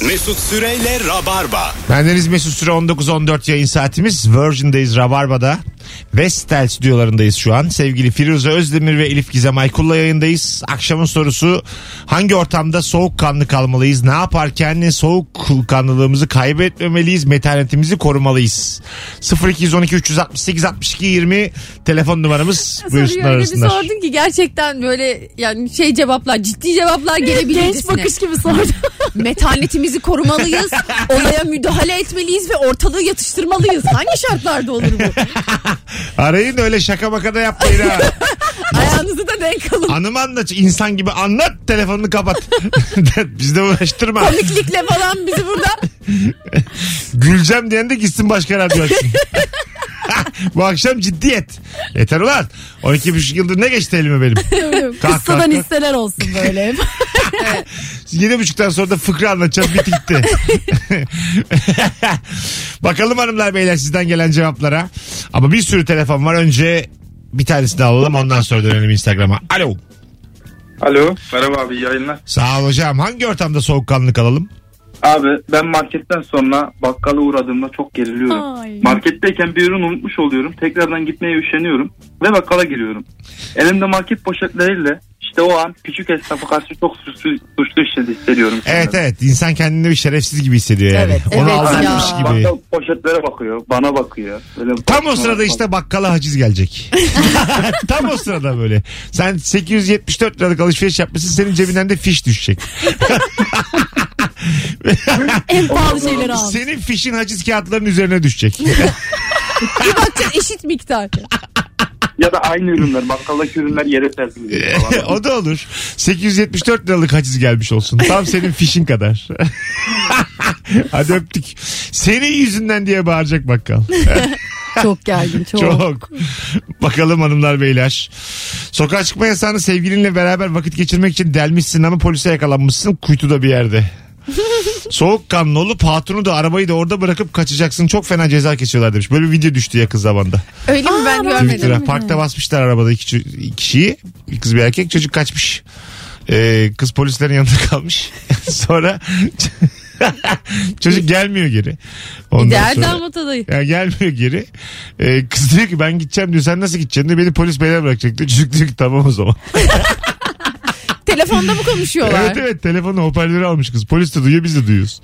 Mesut Süreyle Rabarba. Bendeniz Mesut Süre, 19.14 yayın saatimiz. Virgin'dayız, Rabarba'da. Vestel stüdyolarındayız şu an. Sevgili Firuze Özdemir ve Elif Gizem Aykul'la yayındayız. Akşamın sorusu: hangi ortamda soğukkanlı kalmalıyız? Ne yaparken soğukkanlılığımızı kaybetmemeliyiz? Metanetimizi korumalıyız. 0212 368 62 20 telefon numaramız. Buyursunlar, arasınlar. Öyle bir sordun ki gerçekten böyle yani cevaplar, ciddi cevaplar gelebilir. Genç bakış gibi sordum. Metanetimizi korumalıyız. Olaya müdahale etmeliyiz ve ortalığı yatıştırmalıyız. Hangi şartlarda olur bu? Arayın, öyle şaka maka da yapmayın ha. Ayağınızı da denk alın. Anımı anlat, insan gibi anlat, telefonunu kapat. Bizi de uğraştırma. Komiklikle falan bizi burada. Güleceğim diyen de gitsin başka radyo açsın. Bu akşam ciddiyet. Yeter ulan. 12,5 yıldır ne geçti elime benim? Kıssadan hisseler olsun böyle. 7,5'tan sonra da fıkra anlatacağım, bitti gitti. Bakalım hanımlar beyler sizden gelen cevaplara. Ama bir sürü telefon var. Önce bir tanesini alalım, ondan sonra dönelim Instagram'a. Alo. Alo. Merhaba abi, iyi yayınlar. Sağ ol hocam. Hangi ortamda soğukkanlı kalalım? Abi ben marketten sonra bakkala uğradığımda çok geriliyorum. Ay. Marketteyken bir ürün unutmuş oluyorum. Tekrardan gitmeye üşeniyorum ve bakkala giriyorum. Elimde market poşetleriyle işte o an küçük esnafa karşı çok suçlu hissediyorum. Evet, insan kendini bir şerefsiz gibi hissediyor yani. Evet, Onu evet aldırmış ya. gibi. Bakkal poşetlere bakıyor, bana bakıyor. Böyle Tam o sırada işte bakkala haciz gelecek. Tam o sırada böyle. Sen 874 liralık alışveriş yapmışsın, senin cebinden de fiş düşecek. En pahalı şeyleri al. Senin fişin haciz kağıtlarının üzerine düşecek. Bir bakacaksın eşit miktar. Ya da aynı ürünler, bakkaldaki ürünler yere serpiliyor falan. O da olur. 874 liralık haciz gelmiş olsun. Tam senin fişin kadar. Hadi öptük. Senin yüzünden diye bağıracak bakkal. Çok gergin, çok. Çok. Bakalım hanımlar beyler. Sokağa çıkma yasağını sevgilinle beraber vakit geçirmek için delmişsin ama polise yakalanmışsın kuytuda bir yerde. Soğukkanlı olup hatunu da arabayı da orada bırakıp kaçacaksın. Çok fena ceza kesiyorlar demiş. Böyle bir video düştü ya kız zamanda. Öyle mi, ben görmedim. Twitter'a. Parkta basmışlar arabada iki kişiyi. Bir kız bir erkek, çocuk kaçmış. Kız polislerin yanında kalmış. Sonra çocuk gelmiyor geri. İdeal damat adayı. Ya gelmiyor geri. Kız diyor ki ben gideceğim diyor. Sen nasıl gideceksin diyor. Beni polis beyler bırakacak diyor. Çocuk diyor ki tamam o zaman. Telefonda mı konuşuyorlar? Evet telefonu hoparlörü almış kız. Polis de duyuyor, biz de duyuyoruz.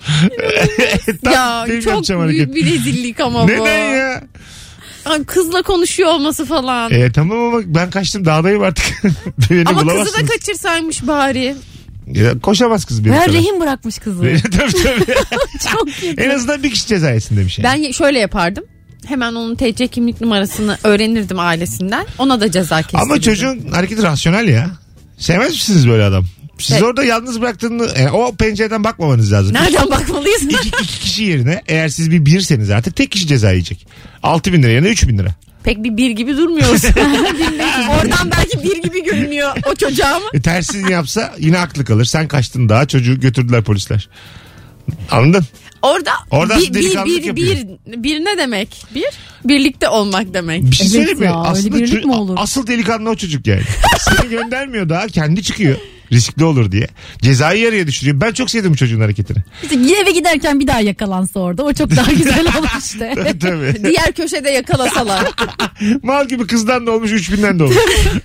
Ya çok büyük bir rezillik ama bu. Neden ya? Kızla konuşuyor olması falan. Tamam ama ben kaçtım, dağdayım artık. Beni Ama bulamazsınız. kızı da kaçırsaymış bari. Ya, koşamaz kız benim Ver kadar. rehin bırakmış kızı. Tabii. Çok kötü. En azından bir kişi ceza yesin demiş. Yani. Ben şöyle yapardım. Hemen onun TC kimlik numarasını öğrenirdim ailesinden. Ona da ceza kesilirdi. Ama çocuğun hareketi rasyonel ya. Sevmez misiniz böyle adam? Siz Evet. orada yalnız bıraktığını o pencereden bakmamanız lazım. Nereden bakmalıyız? İki kişi yerine, eğer siz bir birseniz artık tek kişi ceza yiyecek. 6.000 lira yerine 3.000 lira. Pek bir gibi durmuyoruz. Oradan belki bir gibi görünüyor o çocuğa ama. Tersini yapsa yine aklı kalır. Sen kaçtın daha, çocuğu götürdüler polisler. Anladın? Orada delikanlılık yapıyor. bir ne demek? Birlikte olmak demek. Bir şey Evet söyleyeyim mi? ya, öyle Aslında birlik mi olur? asıl delikanlı o çocuk yani. Seni göndermiyor daha, kendi çıkıyor. Riskli olur diye. Cezayı yarıya düşürüyor. Ben çok sevdim bu çocuğun hareketini. İşte eve giderken bir daha yakalansa orada. O çok daha güzel olur işte. Tabii. Diğer köşede yakalasalar. Mal gibi kızdan da olmuş, 3.000'den de olmuş.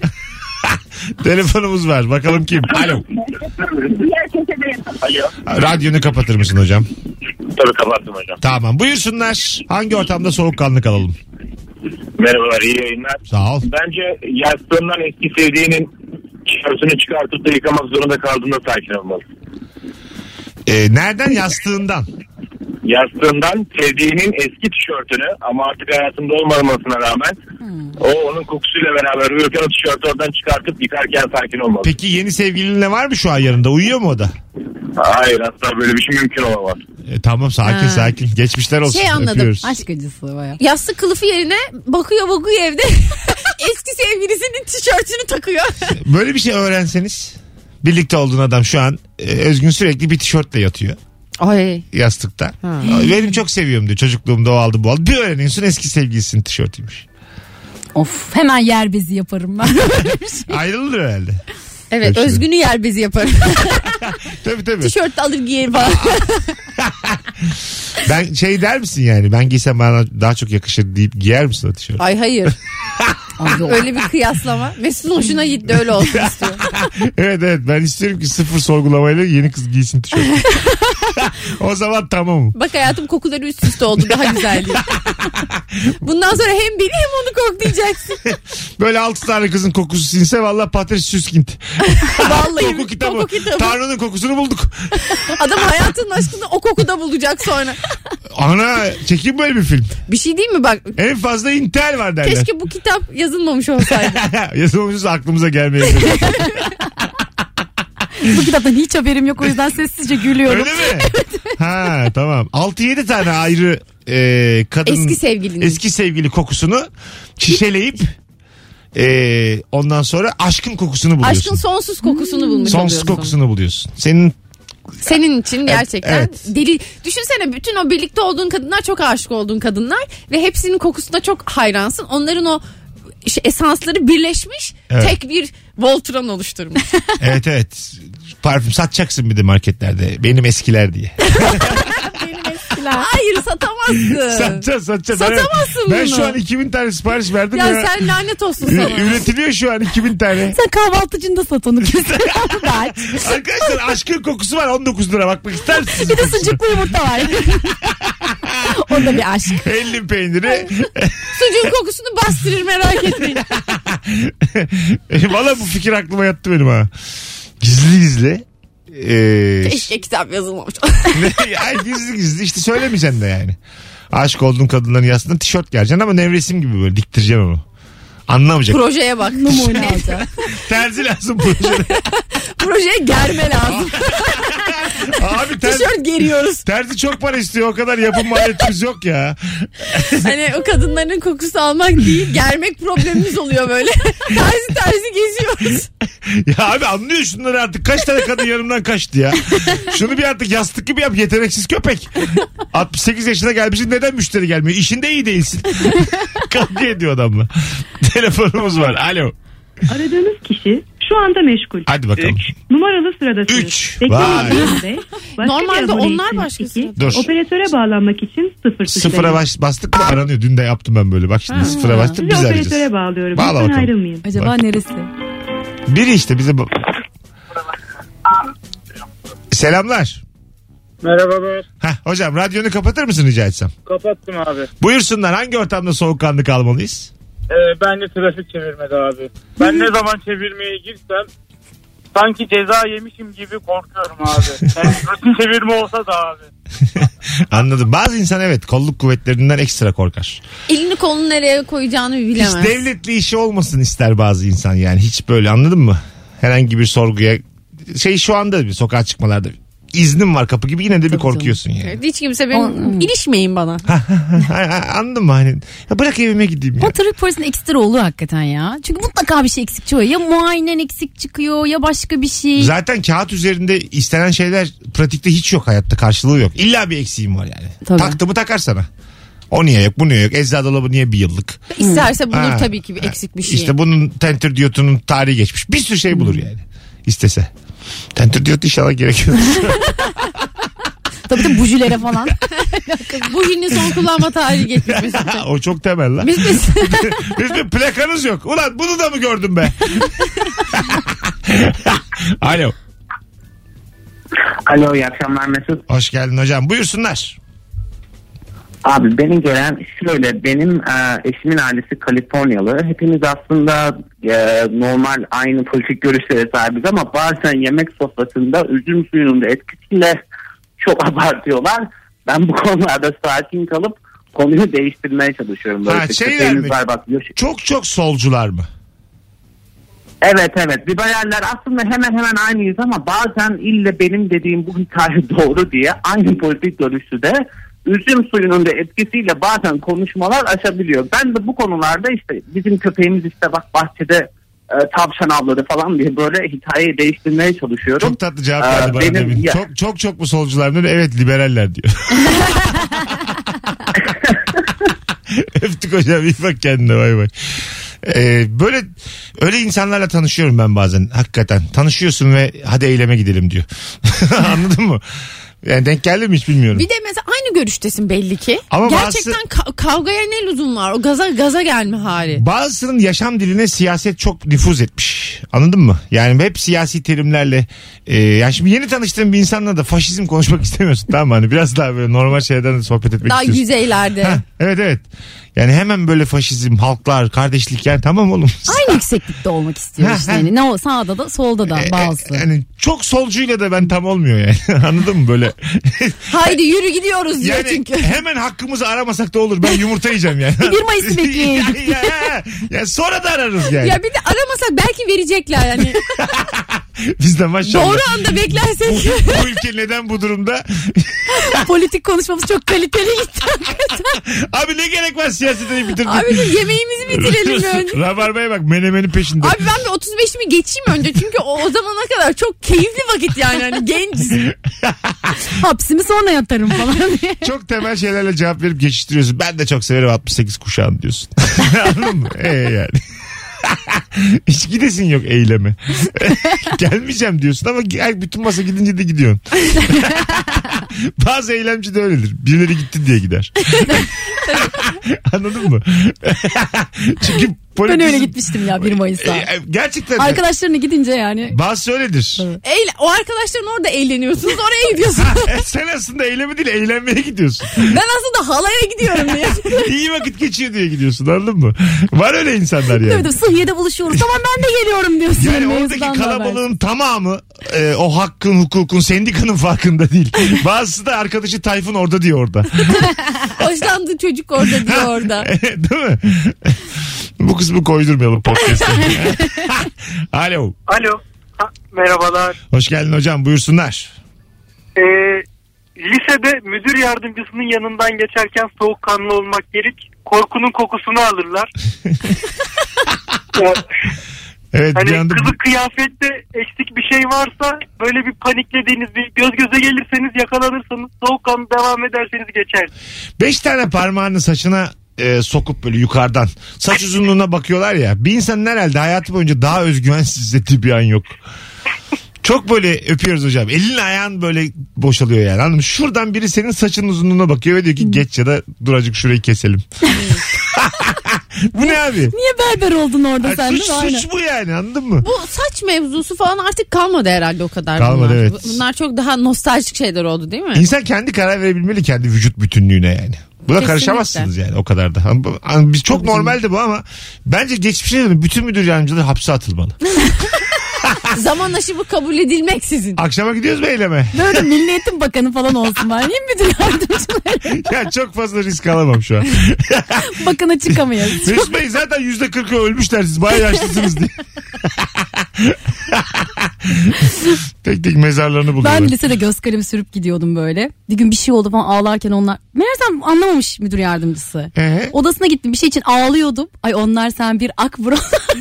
Telefonumuz var. Bakalım kim? Alo. Radyonu kapatır mısın hocam? Tabii kapattım hocam. Tamam. Buyursunlar. Hangi ortamda soğukkanlı kalalım? Merhabalar, iyi yayınlar. Sağ ol. Bence yastığından eski sevdiğinin tişörtünü çıkartıp da yıkamak zorunda kaldığında sakin olmalı. Nereden? Yastığından. Yastığından sevdiğinin eski tişörtünü ama artık hayatında olmamasına rağmen o onun kokusuyla beraber uyurken o tişörtü oradan çıkartıp yıkarken sakin olmalı. Peki yeni sevgilinle var mı şu an yanında? Uyuyor mu o da? Hayır, asla böyle bir şey mümkün olamaz. Tamam, sakin. Geçmişler olsun. Anladım. Öpüyoruz. Aşk acısı baya. Yastık kılıfı yerine bakıyor evde. Eski sevgilisinin tişörtünü takıyor. Böyle bir şey öğrenseniz, birlikte olduğun adam şu an Özgün sürekli bir tişörtle yatıyor. Ay. Yastıkta. Benim çok seviyorum diyor. Çocukluğumda o aldı bu aldı. Bir öğreniyorsun eski sevgilisinin tişörtüymüş. Of, hemen yer bezi yaparım ben. Ayrılır herhalde. Evet, Hepsini. Özgün'ü yer bezi yaparım. Tabii. Tişört alır giyerim falan. Ben şey der misin yani? Ben giysem bana daha çok yakışır deyip giyer misin o tişörtü? Ay hayır. Öyle bir kıyaslama. Mesut'un hoşuna gitti, öyle olsun istiyor. Evet ben istiyorum ki sıfır sorgulamayla yeni kız giysin tişört. O zaman tamam. Bak hayatım, kokuları üst üste oldu, daha güzel diye. Bundan sonra hem beni hem onu koklayacaksın. Böyle 6 tane kızın kokusu sinse valla Patrice Süskind. Vallahi Koku kitabı. koku kitabı. Tanrı'nın kokusunu bulduk. Adam hayatının aşkını o kokuda bulacak sonra. Ana çekin böyle bir film. Bir şey değil mi bak? En fazla intihar var derler. Keşke bu kitap yazılmamış olsaydı. Yazılmışız aklımıza gelmeyebilir. Bu kitaptan hiç haberim yok, o yüzden sessizce gülüyorum. Öyle mi? Ha tamam. 6-7 tane ayrı kadın eski sevgili kokusunu şişeleyip ondan sonra aşkın kokusunu buluyorsun. Aşkın sonsuz kokusunu bulmuş Sonsuz oluyorsun. kokusunu buluyorsun. Senin için gerçekten evet. deli. Düşünsene, bütün o birlikte olduğun kadınlar çok aşık olduğun kadınlar ve hepsinin kokusuna çok hayransın. Onların o esansları birleşmiş, evet. tek bir Voltron oluşturmuş. Evet. Parfüm satacaksın bir de marketlerde. Benim eskiler diye. Benim eskiler. Hayır, satamazsın. Satacağız. Satamazsın ben bunu. şu an 2000 tane sipariş verdim ya. Ya sen lanet olsun sana. Üretiliyor şu an 2000 tane. Sen kahvaltıcında sat onu kesin. Arkadaşlar aşkın kokusu var 19 lira, bakmak ister misiniz? Bir de sucuklu yumurta var. O da bir aşk. Hellim peyniri. Sucuğun kokusunu bastırır, merak etmeyin. Valla bu fikir aklıma yattı benim ha. Gizli. Keşke kitap yazılmamış. Ay, gizli işte söylemeyeceksin de yani. Aşık olduğun kadınların yastığına tişört geleceksin ama nevresim gibi böyle diktireceksin onu. Anlamayacak. Projeye bak. Numune alacağım. Terzi lazım projede. Projeye germe lazım. Abi Tişört geriyoruz. terzi çok para istiyor, o kadar yapım maliyetimiz yok ya. Hani o kadınların kokusu almak değil, germek problemimiz oluyor böyle. terzi geziyoruz. Ya abi anlıyor şunları artık, kaç tane kadın yanımdan kaçtı ya. Şunu bir artık yastık gibi yap, yeteneksiz köpek. 68 yaşına gelmişsin, neden müşteri gelmiyor? İşinde iyi değilsin. Kavga ediyor adamla. Telefonumuz var. Alo. Aradığınız kişi şu anda meşgul. Hadi bakalım. Numaralı sıradasınız. 3. Normalde onlar başkası. Dur. Operatöre bağlanmak için 0 Sıfıra bastık mı aranıyor. Dün de yaptım ben böyle. Bak şimdi sıfıra bastık, Sizi biz arayacağız. operatöre bağlıyorum. Bağla Lütfen bakalım. ayrılmayın. Acaba Bak. neresi? Biri işte bize... Selamlar. Merhabalar. Hocam radyonu kapatır mısın rica etsem? Kapattım abi. Buyursunlar, hangi ortamda soğukkanlı kalmalıyız? Bence trafik çevirmedi abi. Ben ne zaman çevirmeye girsem sanki ceza yemişim gibi korkuyorum abi. Yani rutin çevirme olsa da abi. Anladım. Bazı insan evet kolluk kuvvetlerinden ekstra korkar. Elini kolunu nereye koyacağını bilemez. Hiç devletli işi olmasın ister bazı insan yani. Hiç böyle, anladın mı? Herhangi bir sorguya şu anda bir sokağa çıkmalarda iznim var kapı gibi, yine de bir korkuyorsun yani. Evet, hiç kimse benim ilişmeyin bana. Anladın mı? Hani, ya bırak evime gideyim ya. O trafik polisinin ekstra oluyor hakikaten ya. Çünkü mutlaka bir şey eksik çıkıyor. Ya muayenen eksik çıkıyor ya başka bir şey. Zaten kağıt üzerinde istenen şeyler pratikte hiç yok, hayatta karşılığı yok. İlla bir eksiğim var yani. Tabii. Taktı mı takar sana. O niye yok, bu niye yok? Eczacı dolabı niye bir yıllık? İsterse bulur Ha. tabii ki bir eksik bir şey. İşte bunun tentür diyotunun tarihi geçmiş. Bir sürü şey bulur yani. İstese. Tentür diyot inşallah gerekiyor. Tabii bujilere falan. Bugünün son kullanma tarihi geçmiş mesela. O çok temel lan. Biz Bizim plakanız yok. Ulan bunu da mı gördün be? Alo. Alo, iyi akşamlar Mesut. Hoş geldin hocam. Buyursunlar. Abi benim gelen şöyle, benim eşimin ailesi Kaliforniyalı. Hepimiz aslında normal aynı politik görüşlere sahibiz ama bazen yemek sofrasında üzüm suyunun da etkisiyle çok abartıyorlar. Ben bu konularda sakin kalıp konuyu değiştirmeye çalışıyorum. Böyle şeyler mi? var, bak, Çok solcular mı? Evet. Liberaller aslında hemen aynıyız ama bazen ille benim dediğim bu hikaye doğru diye aynı politik görüşü de üzüm suyunun da etkisiyle bazen konuşmalar aşabiliyor. Ben de bu konularda işte bizim köpeğimiz işte bak bahçede tavşan avladı falan diye böyle hikayeyi değiştirmeye çalışıyorum. Çok tatlı cevap verdi bana demin. Çok mu solcular dedi? Evet, liberaller diyor. Öptük hocam, iyi bak kendine, bay bay. Böyle Öyle insanlarla tanışıyorum ben bazen hakikaten. Tanışıyorsun ve hadi eyleme gidelim diyor. Anladın mı? Yani denk geldi mi hiç bilmiyorum. Bir de mesela aynı görüştesin belli ki. Ama gerçekten kavgaya ne lüzum var? O gaza gelme hali. Bazısının yaşam diline siyaset çok nüfuz etmiş. Anladın mı? Yani hep siyasi terimlerle yani şimdi yeni tanıştığın bir insanla da faşizm konuşmak istemiyorsun, tamam mı? Hani biraz daha böyle normal şeylerden de sohbet etmek daha istiyorsun. Daha yüzeylerde. Evet. Yani hemen böyle faşizm, halklar, kardeşlik, yani tamam oğlum. Aynı yükseklikte olmak istiyor işte. Yani ne o sağda da solda da bazısı. Yani çok solcuyla da ben tam olmuyor yani. Anladın mı böyle? Haydi yürü gidiyoruz diyor yani çünkü. Hemen hakkımızı aramasak da olur. Ben yumurta yiyeceğim yani. 1 Mayıs'ı bekleyelim. ya sonra da ararız yani. Ya bir de aramasak belki verecekler yani. Biz de maşallah. Doğru anda beklersek. Bu ülke neden bu durumda? Politik konuşmamız çok kaliteli gitti. Abi ne gerek var siyasete bitirdik. Abi de yemeğimizi bitirelim önce. Rabarbaya bak, menemenin peşinde. Abi ben bir 35'imi geçeyim önce çünkü o zamana kadar çok keyifli vakit yani hani genciz. Hapsimi sonra yatarım falan diye. Çok temel şeylerle cevap verip geçiştiriyorsun. Ben de çok severim 68 kuşağını diyorsun. Anladın mı? Yani. Hiç gidesin yok eyleme. Gelmeyeceğim diyorsun ama bütün masa gidince de gidiyorsun. Bazı eylemci de öyledir. Birileri gitti diye gider. Anladın mı? Çünkü ben öyle gitmiştim ya 1 Mayıs'ta. Gerçekten. Arkadaşlarına gidince yani. Bazısı öyledir. O arkadaşların orada eğleniyorsunuz, oraya gidiyorsun. Sen aslında eyleme değil, eğlenmeye gidiyorsun. Ben aslında halaya gidiyorum diye. İyi vakit geçiyor diye gidiyorsun, anladın mı? Var öyle insanlar yani. Evet, Sıhhiye'de buluşuyoruz. Tamam ben de geliyorum diyorsun. Yani oradaki kalabalığın tamamı o hakkın, hukukun, sendikanın farkında değil. Bazısı da arkadaşı Tayfun orada diyor orada. Hoşlandığı çocuk orada diyor orada. Değil mi? Bu kısmı koydurmayalım podcast'a. Alo. Alo. Merhabalar. Hoş geldin hocam, buyursunlar. Lisede müdür yardımcısının yanından geçerken soğukkanlı olmak gerek. Korkunun kokusunu alırlar. Evet, hani bir anda... kılık kıyafette eksik bir şey varsa böyle bir paniklediğiniz, bir göz göze gelirseniz, yakalanırsanız, soğukkanlı devam ederseniz geçer. 5 tane parmağını saçına sokup böyle yukarıdan saç uzunluğuna bakıyorlar ya, bir insanın herhalde hayatı boyunca daha özgüvensiz hissettiği bir an yok. Çok böyle öpüyoruz hocam. Elin ayağın böyle boşalıyor yani. Anladın mı? Şuradan biri senin saçının uzunluğuna bakıyor ve diyor ki geç ya da dur azıcık şurayı keselim. Bu ne abi? Niye berber oldun orada sen? Suç bu yani, anladın mı? Bu saç mevzusu falan artık kalmadı herhalde o kadar. Kalmadı bunlar. evet. Bunlar çok daha nostaljik şeyler oldu değil mi? İnsan kendi karar verebilmeli kendi vücut bütünlüğüne yani. Buna karışamazsınız yani o kadar da. Biz çok normaldi bu ama bence geçmişte bütün müdür yardımcıları hapse atılmalı. Zaman aşımı kabul edilmeksizin. Akşama gidiyoruz mu eyleme? Böyle Milli Eğitim Bakanı falan olsun var. Niye müdür yardımcıları? Ya çok fazla risk alamam şu an. Bakana çıkamayız. Mesut Bey zaten %40'ı ölmüşler, siz bayağı yaşlısınız diye. Tek tek mezarlarını buluyorlar. Ben lisede göz kalemi sürüp gidiyordum böyle. Bir gün bir şey oldu falan, ağlarken onlar. Meğersem anlamamış müdür yardımcısı. Odasına gittim, bir şey için ağlıyordum. Ay onlar sen bir akbro.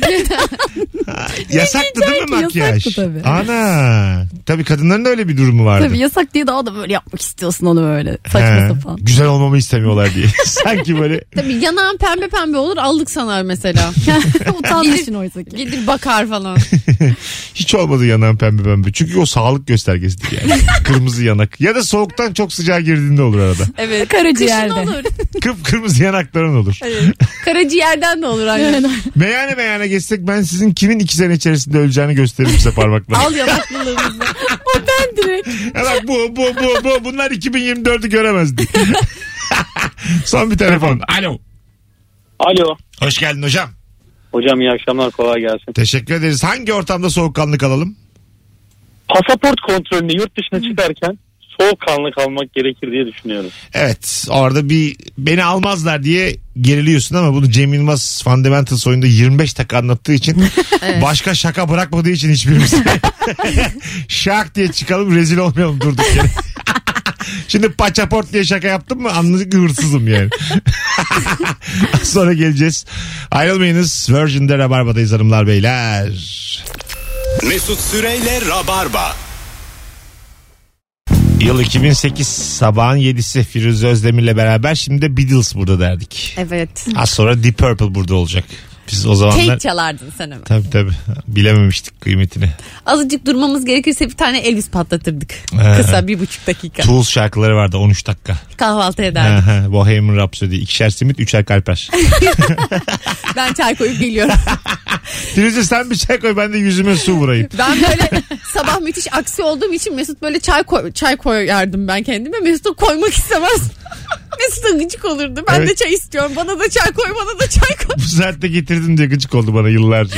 Yasaktı değil mi makyaj? Yasaktı tabii. Ana. Tabii kadınların da öyle bir durumu vardı. Tabii yasak diye daha da böyle yapmak istiyorsun onu böyle. Saçma sapan. Güzel olmamı istemiyorlar diye. Sanki böyle. Tabii yanağın pembe pembe olur, aldık sanar mesela. Utanmışsın oysa ki. Gelir bakar falan. Hiç olmadı yanağın pembe pembe. Çünkü o sağlık göstergesidir yani. Kırmızı yanak. Ya da soğuktan çok sıcağa girdiğinde olur arada. Evet. Karaciğerde. Kışın olur. Kıpkırmızı yanakların olur. Evet. Karaciğerden de olur aynen. Meyhane geçsek ben sizin kimin 2 sene içerisinde öleceğini gösteririm size parmakla. Al yanaklılığımızı. O ben direkt. Ya bak bu bunlar 2024'ü göremezdi. Son bir telefon. Alo. Alo. Hoş geldin hocam. Hocam iyi akşamlar, kolay gelsin. Teşekkür ederiz. Hangi ortamda soğukkanlı kalalım? Pasaport kontrolünde yurt dışına çıkarken soğukkanlı kalmak gerekir diye düşünüyorum. Evet, orada bir beni almazlar diye geriliyorsun ama bunu Cem Yılmaz Fundamentals oyunda 25 dakika anlattığı için evet. Başka şaka bırakmadığı için hiçbirimiz şak diye çıkalım, rezil olmayalım durduk yere. Şimdi pasaport diye şaka yaptım mı anladık ki hırsızım yani. Sonra geleceğiz. Ayrılmayınız. Virgin'de Rabarba'dayız hanımlar beyler. Mesut Süreyle Rabarba. Yıl 2008, sabahın 7'si, Firuze Özdemir'le beraber şimdi de Beatles burada derdik. Evet. Az sonra Deep Purple burada olacak. Biz o zamanlar... Keyif çalardın sen hemen. Tabii. Bilememiştik kıymetini. Azıcık durmamız gerekirse bir tane Elvis patlatırdık. Kısa 1,5 dakika. Tools şarkıları vardı 13 dakika. Kahvaltı ederdik. Bohemian Rhapsody. 2'şer simit 3'er kalper. Ben çay koyup geliyorum. Firuze sen bir çay koy ben de yüzüme su vurayım. Ben böyle sabah müthiş aksi olduğum için Mesut böyle çay koyardım ben kendime. Mesut koymak istemez. Mesut'a gıcık olurdu. Ben de çay istiyorum. Bana da çay koy, bana da çay koy. Bu saatte getirdim diye gıcık oldu bana yıllarca.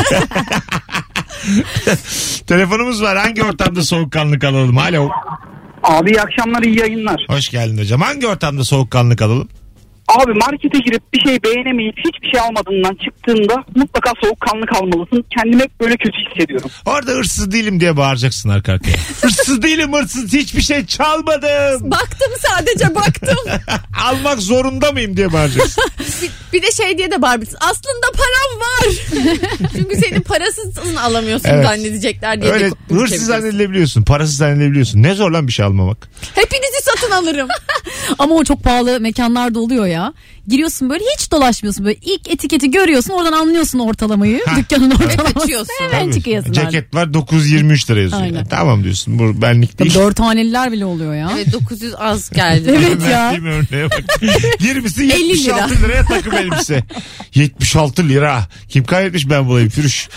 Telefonumuz var. Hangi ortamda soğukkanlı kalalım? Alo. Abi iyi akşamlar, iyi yayınlar. Hoş geldin hocam. Hangi ortamda soğukkanlı kalalım? Abi markete girip bir şey beğenemeyip hiçbir şey almadığından çıktığında mutlaka soğukkanlı kalmalısın. Kendimi hep böyle kötü hissediyorum. Orada hırsız değilim diye bağıracaksın arka arkaya. Hırsız değilim, hırsız, hiçbir şey çalmadım. Baktım, sadece baktım. Almak zorunda mıyım diye bağıracaksın. Bir de şey diye de bağıracaksın. Aslında param var. Çünkü senin parasızsın alamıyorsun zannedecekler diye. Öyle hırsız zannedilebiliyorsun, parasız zannedilebiliyorsun. Ne zor lan bir şey almamak. Hepinizi satın alırım. Ama o çok pahalı mekanlarda oluyor ya. Giriyorsun böyle hiç dolaşmıyorsun. Böyle ilk etiketi görüyorsun, oradan anlıyorsun ortalamayı. Dükkanın ortalaması. Hemen çıkıyorsun. Ceket var 923 lira yazıyor. Yani. Tamam diyorsun, bu benlik değil. 4 haneliler bile oluyor ya. Evet, 900 az geldi. Evet ya. Örneğe bak. Girmişsin 76 liraya takım elbise. 76 lira. Kim kaybetmiş ben bulayım Firuş.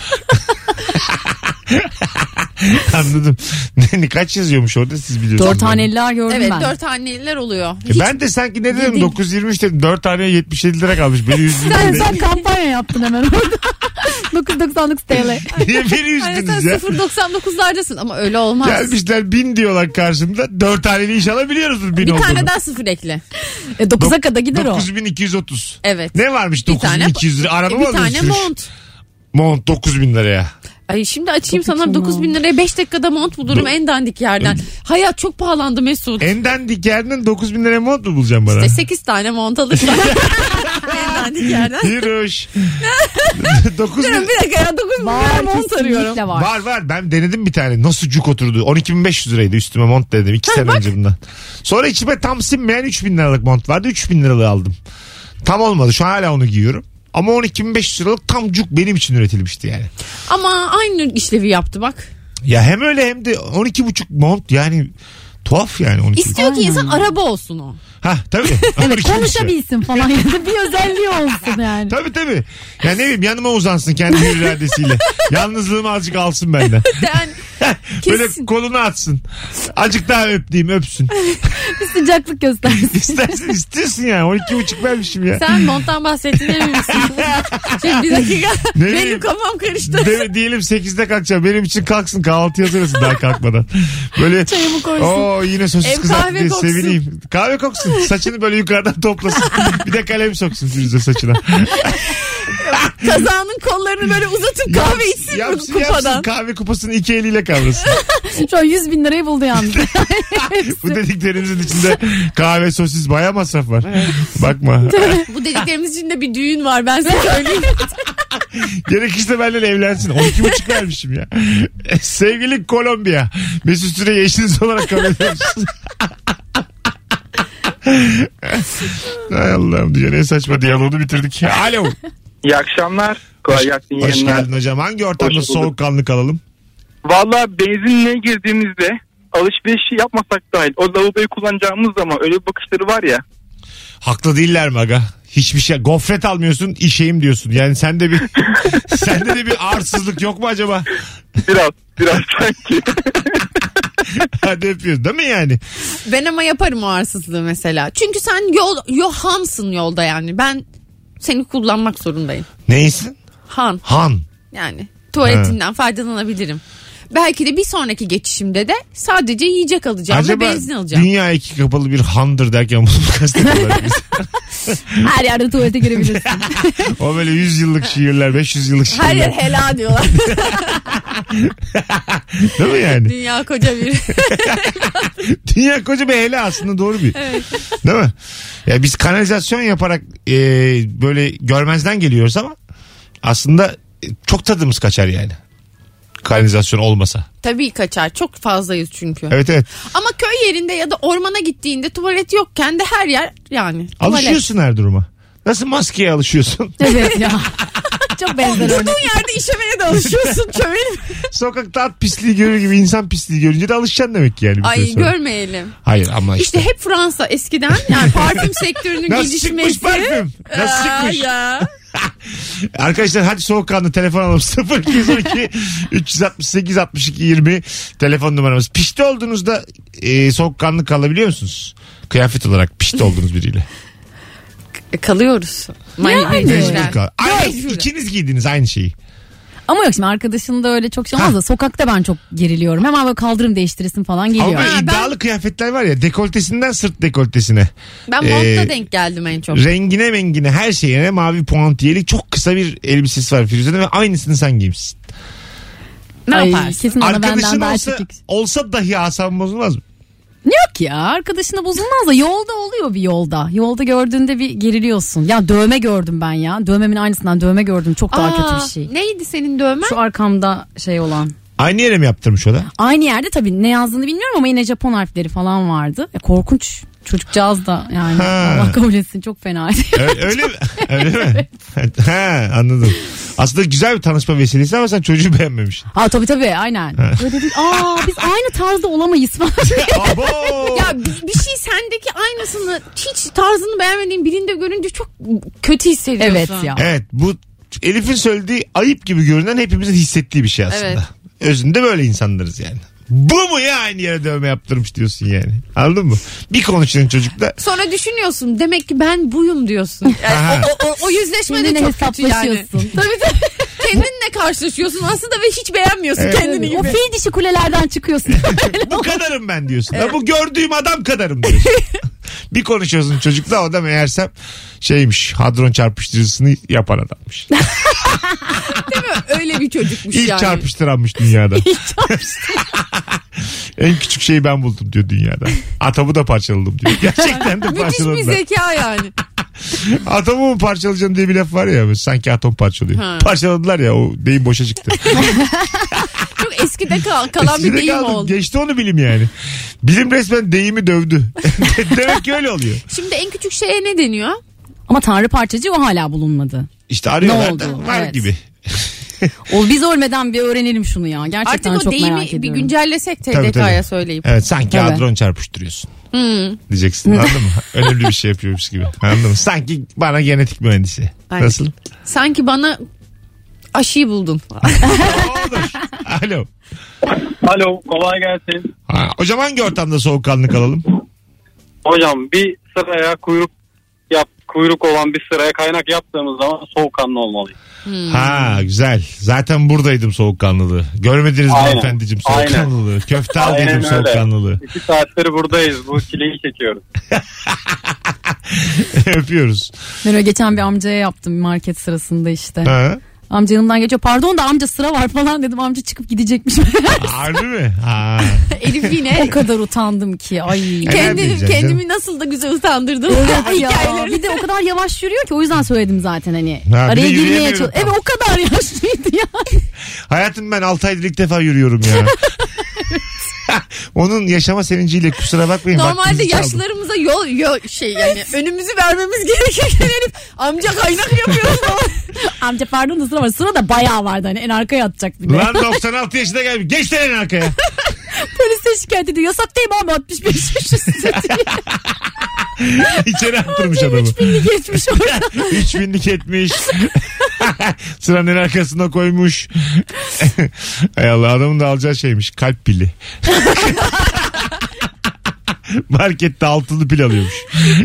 Anladım. Kaç yazıyormuş orada siz biliyorsunuz. 4 haneliler gördüm evet, ben. Evet 4 haneliler oluyor. Ben de sanki ne dedim 923 dedim. 4 taneye 77 lira kalmış. Beni üzdünüz. Sen kampanya yaptın hemen orada. 9.99 TL. Niye beni üzdünüz ya? Sen 0.99'lardasın ama öyle olmaz. Gelmişler 1000 diyorlar karşımda. 4 taneli inşallah biliyoruz 1000 bir olduğunu. tane daha sıfır ekle. 9'a kadar gider 9230. Evet. Ne varmış 9200 lira? Araba mı bir tane mont. Mont 9000 liraya. Ay şimdi açayım sana 9.000 liraya 5 dakikada mont bulurum en dandik yerden. Hayat çok pahalandı Mesut. En dandik yerden 9.000 liraya mont mu bulacağım bana? İşte 8 tane mont alırsan. En dandik yerden. Hiroş. 9.000. Bir dakika ya 9.000 liraya mont arıyorum. Var. Ben denedim bir tane. Nasıl cuk oturdu. 12.500 liraydı üstüme mont dedim. 2 sene önce bundan. Sonra içime tam sinmeyen 3.000 liralık mont vardı. 3.000 liralık aldım. Tam olmadı. Şu an hala onu giyiyorum. Ama 12.500 liralık tam cuk benim için üretilmişti yani. Ama aynı işlevi yaptı bak. Ya hem öyle hem de 12.5 mont yani tuhaf yani. 12. İstiyor ki insan araba olsun o. Ha tabii. Evet konuşabilsin falan ya da bir özelliği olsun yani. Tabii. Ya ne bileyim yanıma uzansın kendi iradesiyle. Yalnızlığımı azıcık alsın benden. Böyle kolunu atsın. Azıcık daha öpsün. Bir sıcaklık göstersin. İstiyorsun ya. 12.5 vermişim ya. Sen monttan bahsettin emin misin? Şimdi bir dakika. Benim kafam karıştı. Diyelim 8'de kalkacağım. Benim için kalksın kahvaltı hazırlasın daha kalkmadan. Böyle çayımı koysun. Oo yine sosis kızarttı diye sevineyim. Kahve koksun. Saçını böyle yukarıdan toplasın. Bir de kalem soksun Firuze saçına. Kazağının kollarını böyle uzatıp kahve içsin kupadan. Kahve kupasını 2 eliyle kavrasın. Şu an 100.000 lirayı buldu yalnız. Bu dediklerinizin içinde kahve sosis baya masraf var. Bakma. Bu dediklerimiz içinde bir düğün var ben size söyleyeyim. Gerekirse benimle evlensin. 12.5 vermişim ya. Sevgili Kolombiya. Mesut Süreyi eşiniz olarak kabul ediyoruz. Hay Allah'ım diye ne saçma diyaloğunu bitirdik. Alo. İyi akşamlar. Kolay gelsin. Hoş geldin hocam. Hangi ortamda soğukkanlı kalalım? Valla benzinliğe girdiğimizde alışverişi yapmasak dahil o lavaboyu kullanacağımız zaman öyle bir bakışları var ya. Haklı değiller mi aga? Hiçbir şey gofret almıyorsun işeyim diyorsun. Yani sende de bir arsızlık yok mu acaba? Biraz sanki. Hadi öpüyoruz değil mi yani? Ben ama yaparım o arsızlığı mesela. Çünkü sen hansın yolda yani. Ben seni kullanmak zorundayım. Neysin? Han. Yani tuvaletinden faydalanabilirim. Belki de bir sonraki geçişimde de sadece yiyecek alacağım ve benzin alacağım. Dünya iki kapalı bir handır derken bunu kastediyorlar biz. Her yerde tuvalete girebilirsin. O böyle 100 yıllık şiirler, 500 yıllık şiirler. Her yer hela diyorlar. Değil mi yani? Dünya koca bir. Dünya koca bir hela aslında doğru bir. Evet. Değil mi? Ya biz kanalizasyon yaparak böyle görmezden geliyoruz ama aslında çok tadımız kaçar yani. Kanalizasyon olmasa. Tabii kaçar. Çok fazlayız çünkü. Evet. Ama köy yerinde ya da ormana gittiğinde tuvalet yokken de her yer yani. Alışıyorsun her duruma. Nasıl maskeye alışıyorsun? Evet ya. Çok benzer örnek. Durduğun yerde işemeye de alışıyorsun. Çömelim. Sokakta at pisliği görür gibi insan pisliği görünce de alışacaksın demek ki yani. bir süre Ay sonra. görmeyelim. Hayır ama işte. İşte hep Fransa eskiden yani parfüm sektörünün Nasıl gelişmesi. çıkmış parfüm? Nasıl çıkmış? Ya. Arkadaşlar hadi soğukkanlı telefon alalım. 0212 368 62 20 telefon numaramız. Pişti olduğunuzda soğukkanlı kalabiliyor musunuz? Kıyafet olarak pişti olduğunuz biriyle. Kalıyoruz. Mecbur kal. Aynı, Mecbur. ikiniz giydiniz aynı şeyi. Ama yok şimdi arkadaşın da öyle çok şey olmaz da sokakta ben çok geriliyorum. Hemen böyle kaldırım değiştiresin falan geliyor. Ama böyle iddialı kıyafetler var ya, dekoltesinden sırt dekoltesine. Ben montta denk geldim en çok. Rengine mengine her şeyine mavi puantiyeli çok kısa bir elbisesi var Firuze'nin ve aynısını sen giymişsin. Ne Ay, yaparsın? kesin ona Arkadaşın benden daha olsa, çekik. olsa dahi asabın bozulmaz mı? Yok ya arkadaşına bozulmaz da yolda oluyor bir yolda. Yolda gördüğünde bir geriliyorsun. Ya dövme gördüm ben ya. Dövmemin aynısından dövme gördüm. Çok daha kötü bir şey. Neydi senin dövmen? Şu arkamda şey olan. Aynı yere mi yaptırmış o da? Aynı yerde tabii ne yazdığını bilmiyorum ama yine Japon harfleri falan vardı. Korkunç. Çocukcağız da yani Ha. Allah kabul etsin çok fenaydı. Öyle mi? Öyle mi? Ha, anladım. Aslında güzel bir tanışma vesilesi ama sen çocuğu beğenmemişsin. Ha tabii aynen. Böyle dedik biz aynı tarzda olamayız falan. Abo! Ya bir şey sendeki aynısını hiç tarzını beğenmediğin birinde görünce çok kötü hissediyorsun. Evet ya. Evet, bu Elif'in söylediği ayıp gibi görünen hepimizin hissettiği bir şey aslında. Evet. Özünde böyle insanlarız yani. Bu mu ya aynı yere dövme yaptırmış diyorsun yani. Anladın mı? Bir konuşuyorsun çocukla. Sonra düşünüyorsun demek ki ben buyum diyorsun. Yani o yüzleşme de Kendine çok kötü yani. hesaplaşıyorsun. Tabii. Kendinle karşılaşıyorsun aslında ve hiç beğenmiyorsun Evet. kendini gibi. O fil dişi kulelerden çıkıyorsun. Bu kadarım ben diyorsun. Evet. Bu gördüğüm adam kadarım diyorsun. Bir konuşuyorsun çocukla, o da meğersem şeymiş, hadron çarpıştırıcısını yapan adammış. Değil mi? Öyle bir çocukmuş İlk yani. çarpıştıranmış dünyada. En küçük şeyi ben buldum diyor dünyada. Atomu da parçaladım diyor. Gerçekten de Müthiş bir parçaladım. zeka yani. Atomu mu parçalayacağım diye bir laf var ya. Sanki atom parçalıyor. Ha. Parçaladılar ya, o deyim boşa çıktı. Çok eskide kalan bir Eskide deyim kaldım. oldu. Geçti onu bilim yani. Bilim resmen deyimi dövdü. Demek ki öyle oluyor. Şimdi en küçük şeye ne deniyor? Ama tanrı parçacığı o hala bulunmadı. İşte arıyorlar Ne da oldu? var Evet. gibi. Biz ölmeden bir öğrenelim şunu ya. Gerçekten Artık o çok merak deyimi ediyorum. bir güncellesek Tabii, TDK'ya tabii. söyleyip. Evet, sanki Tabii. hadron çarpıştırıyorsun. Diyeceksin, anladın mı? Önemli bir şey yapıyormuş gibi. Anladın mı? Sanki bana genetik mühendisi. Aynen. Nasıl? Sanki bana aşıyı buldun. Olur. Alo. Alo, kolay gelsin. Hocam hangi ortamda soğukkanlı kalalım? Hocam bir sıraya kuyruk olan bir sıraya kaynak yaptığımız zaman soğukkanlı olmalıyız. Ha, güzel. Zaten buradaydım soğukkanlılığı. Görmediniz mi Aynen. efendicim soğukkanlılığı? Köfte Aynen aldıydım öyle. soğukkanlılığı. 2 saattir buradayız. Bu çileyi çekiyoruz. Öpüyoruz. Ben öyle geçen bir amcaya yaptım market sırasında işte. Ha. Amca yanımdan geçiyor. Pardon da amca sıra var falan dedim. Amca çıkıp gidecekmiş. Harbi mi? Ha. Elif yine O kadar utandım ki. Ay. diyeceksin kendimi nasıl da güzel utandırdım. Evet ya. Hikayeleri. Bir de o kadar yavaş yürüyor ki o yüzden söyledim zaten hani. Ha, bir de Araya girmeye yürüyemiyorum. çalışıyor. Evet o kadar yaşlıydı ya. Hayatım ben 6 aydır ilk defa yürüyorum ya. Onun yaşama sevinciyle kusura bakmayın. Normalde vaktinizi çaldım. yaşlarımıza yol şey yani önümüzü vermemiz gerekirken Elif amca kaynak yapıyor falan. Amca pardon da sıra var. Sıra da bayağı vardı hani en arkaya atacak bir de. Lan 96 yaşında gelmiş. Geç lan en arkaya. Polise şikayet ediyor. Yasak değil mi abi 65 yaş üstü. İçeri attırmış adamı. 3000'lik geçmiş orada. 3000'lik etmiş. Sıranın arkasına koymuş. Hay Allah, adamın da alacağı şeymiş. Kalp pili. Markette altılı pil alıyormuş.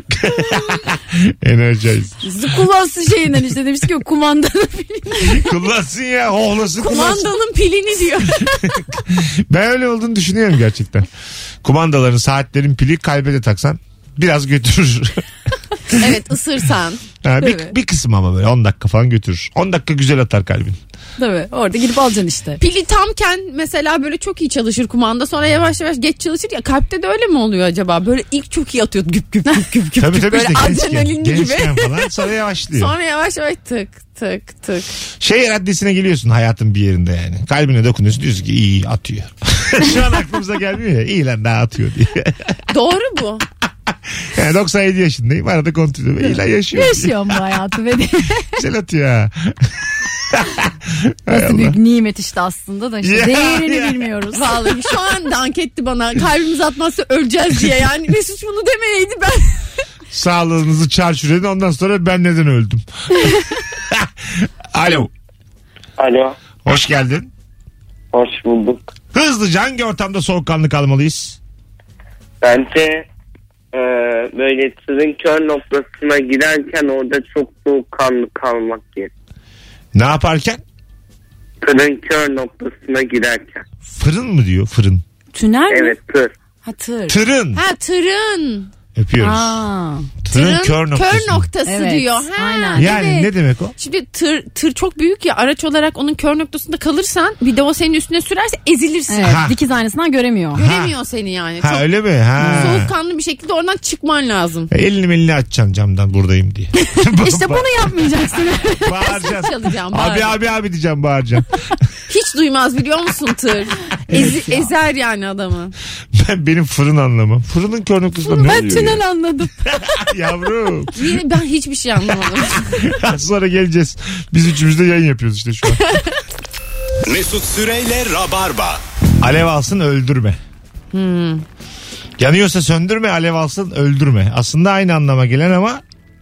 Energize. Kullansın şeyinden işte demiş ki kumandanın pilini. Kullansın ya, hohlasın kullansın. Kumandanın pilini diyor. Ben öyle olduğunu düşünüyorum gerçekten. Kumandaların, saatlerin pili kalbe de taksan biraz götürür. Evet, ısırsan. Ha, Değil mi? bir kısım ama böyle 10 dakika falan götürür. 10 dakika güzel atar kalbin. Tabii orada gidip alacaksın işte. Pili tamken mesela böyle çok iyi çalışır kumanda, sonra yavaş yavaş geç çalışır ya, kalpte de öyle mi oluyor acaba? Böyle ilk çok iyi atıyor güp güp güp güp güp. Tabii böyle işte adrenalinli gibi. gençken falan sonra yavaşlıyor. Sonra yavaş yavaş tık tık tık. Şey raddesine geliyorsun hayatın bir yerinde yani. Kalbine dokunuyorsun, diyorsun ki iyi atıyor. Şu an aklımıza gelmiyor ya, iyi lan daha atıyor diye. Doğru bu. Yani 97 yaşındayım, arada kontrol ediyorum. İyi lan yaşıyor. Yaşıyorum bu hayatı ve de. Güzel atıyor ha. Nasıl büyük nimet işte aslında da işte Ya, değerini ya. bilmiyoruz. Vallahi şu an dank etti bana. Kalbimiz atmazsa öleceğiz diye. Yani Mesut bunu demeyeydi ben. Sağlığınızı çarçur edin, ondan sonra ben neden öldüm? Alo. Alo. Hoş geldin. Hoş bulduk. Hızlıca hangi ortamda soğukkanlı kalmalıyız? Bence böyle tırın kör noktasına giderken orada çok soğukkanlı kalmak gerek. Ne yaparken? Tırın kör noktasına giderken. Fırın mı diyor? Fırın. Tünel mi? Evet, tır. Ha tır. Tırın. Ha tırın. Öpüyoruz. Aa. Tırın kör noktası. Kör noktası Evet, diyor. Ha, aynen. Yani evet. ne demek o? Şimdi tır çok büyük ya, araç olarak onun kör noktasında kalırsan bir de o senin üstüne sürerse ezilirsin. Evet, Ha. dikiz aynasından göremiyor. Göremiyor seni yani. Ha Çok öyle mi? Ha. soğukkanlı bir şekilde oradan çıkman lazım. Elini açacaksın camdan buradayım diye. İşte bunu yapmayacaksın. Bağıracaksın. Çalacağım. Abi diyeceğim, bağıracaksın. Hiç duymaz biliyor musun tır? Ezer yani adamı. Benim fırın anlamam. Fırının kör noktasında ne Ben oluyor tünel anladım. ya? Yavrum. Ben hiçbir şey anlamadım. Sonra geleceğiz. Biz üçümüz de yayın yapıyoruz işte şu an. Mesut Süreyle Rabarba. Alev alsın öldürme. Yanıyorsa söndürme, alev alsın öldürme. Aslında aynı anlama gelen ama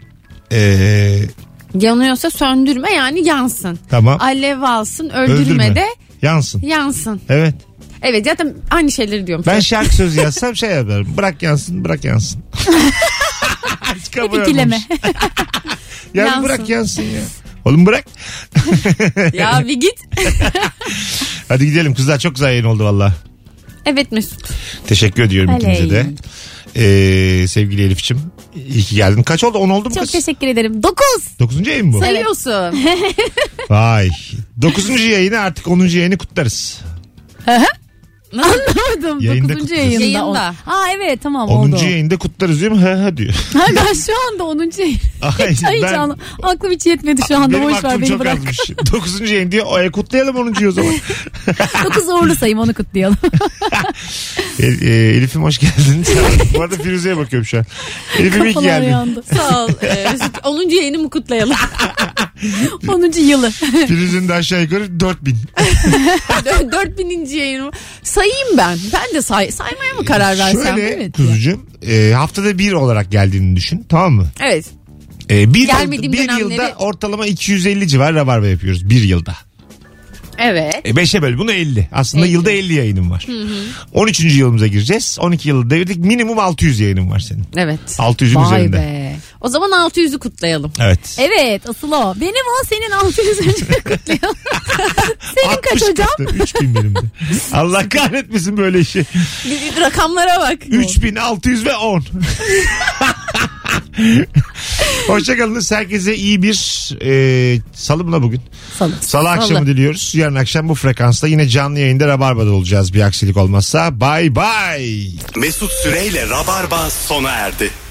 Yanıyorsa söndürme, yani yansın. tamam. Alev alsın öldürme, Öldürme. de Yansın. yansın. Evet. Evet, zaten aynı şeyleri diyorum. Ben şarkı sözü yazsam şey yaparım. Bırak yansın, bırak yansın. Hiç kafa İkileme. yormamış. Ya Yansın. bırak yansın ya. Oğlum bırak. Ya bir git. Hadi gidelim kızlar, çok güzel yayın oldu valla. Evet Mesut. Teşekkür ediyorum Oley. ikinize de. Sevgili Elif'ciğim, iyi ki geldin. Kaç oldu? 10 oldu mu Çok kız? teşekkür ederim. 9. 9. yayın bu. Sayıyorsun. Vay. 9. yayını artık 10. yayını kutlarız. Anlamadım. Yayında 9. kutluyorsun. yayında. Yayında. Ha evet tamam 10. oldu. yayında kutlarız diyorum. Ha diyor. Ha, ben şu anda 10. yayın. Ay, Hiç aklım hiç yetmedi şu anda. benim Boş ver aklım beni çok bırak. azmış. 9. yayın diyor. Kutlayalım 10. o zaman. 9 uğurlu sayım, onu kutlayalım. Elif'im hoş geldin. Bu arada Firuze'ye bakıyorum şu an. Elif'im iyi ki Kafalar geldin. yandı. Sağ ol. Mesut, 10. yayını kutlayalım. 10. yılı. Firuze'nin de aşağı yukarı 4000. 4000. yayını. Sayayım ben. Ben de saymaya mı karar versem? Şöyle Evet. kuzucuğum, haftada bir olarak geldiğini düşün, tamam mı? Evet. Bir Gelmediğim yılda dönemleri- ortalama 250 civar rabarba yapıyoruz bir yılda. Evet. 5'e böl bunu 50. Aslında 50. yılda 50 yayınım var. 13. yılımıza gireceğiz. 12 yılı devirdik. Minimum 600 yayınım var senin. Evet. 600'ün Vay üzerinde. be. O zaman 600'ü kutlayalım. Evet. Evet asıl o. Benim o, senin 600. kutlayalım. Senin kaç 60 hocam? kutlu, 3000 benim de. Allah kahretmesin böyle işi. Rakamlara bak. 3600 ve 10. Hoşçakalınız. Herkese iyi bir salı mı la bugün? Salı akşamı diliyoruz. Yarın akşam bu frekansta yine canlı yayında Rabarba'da olacağız bir aksilik olmazsa. Bye bye. Mesut Süreyle Rabarba sona erdi.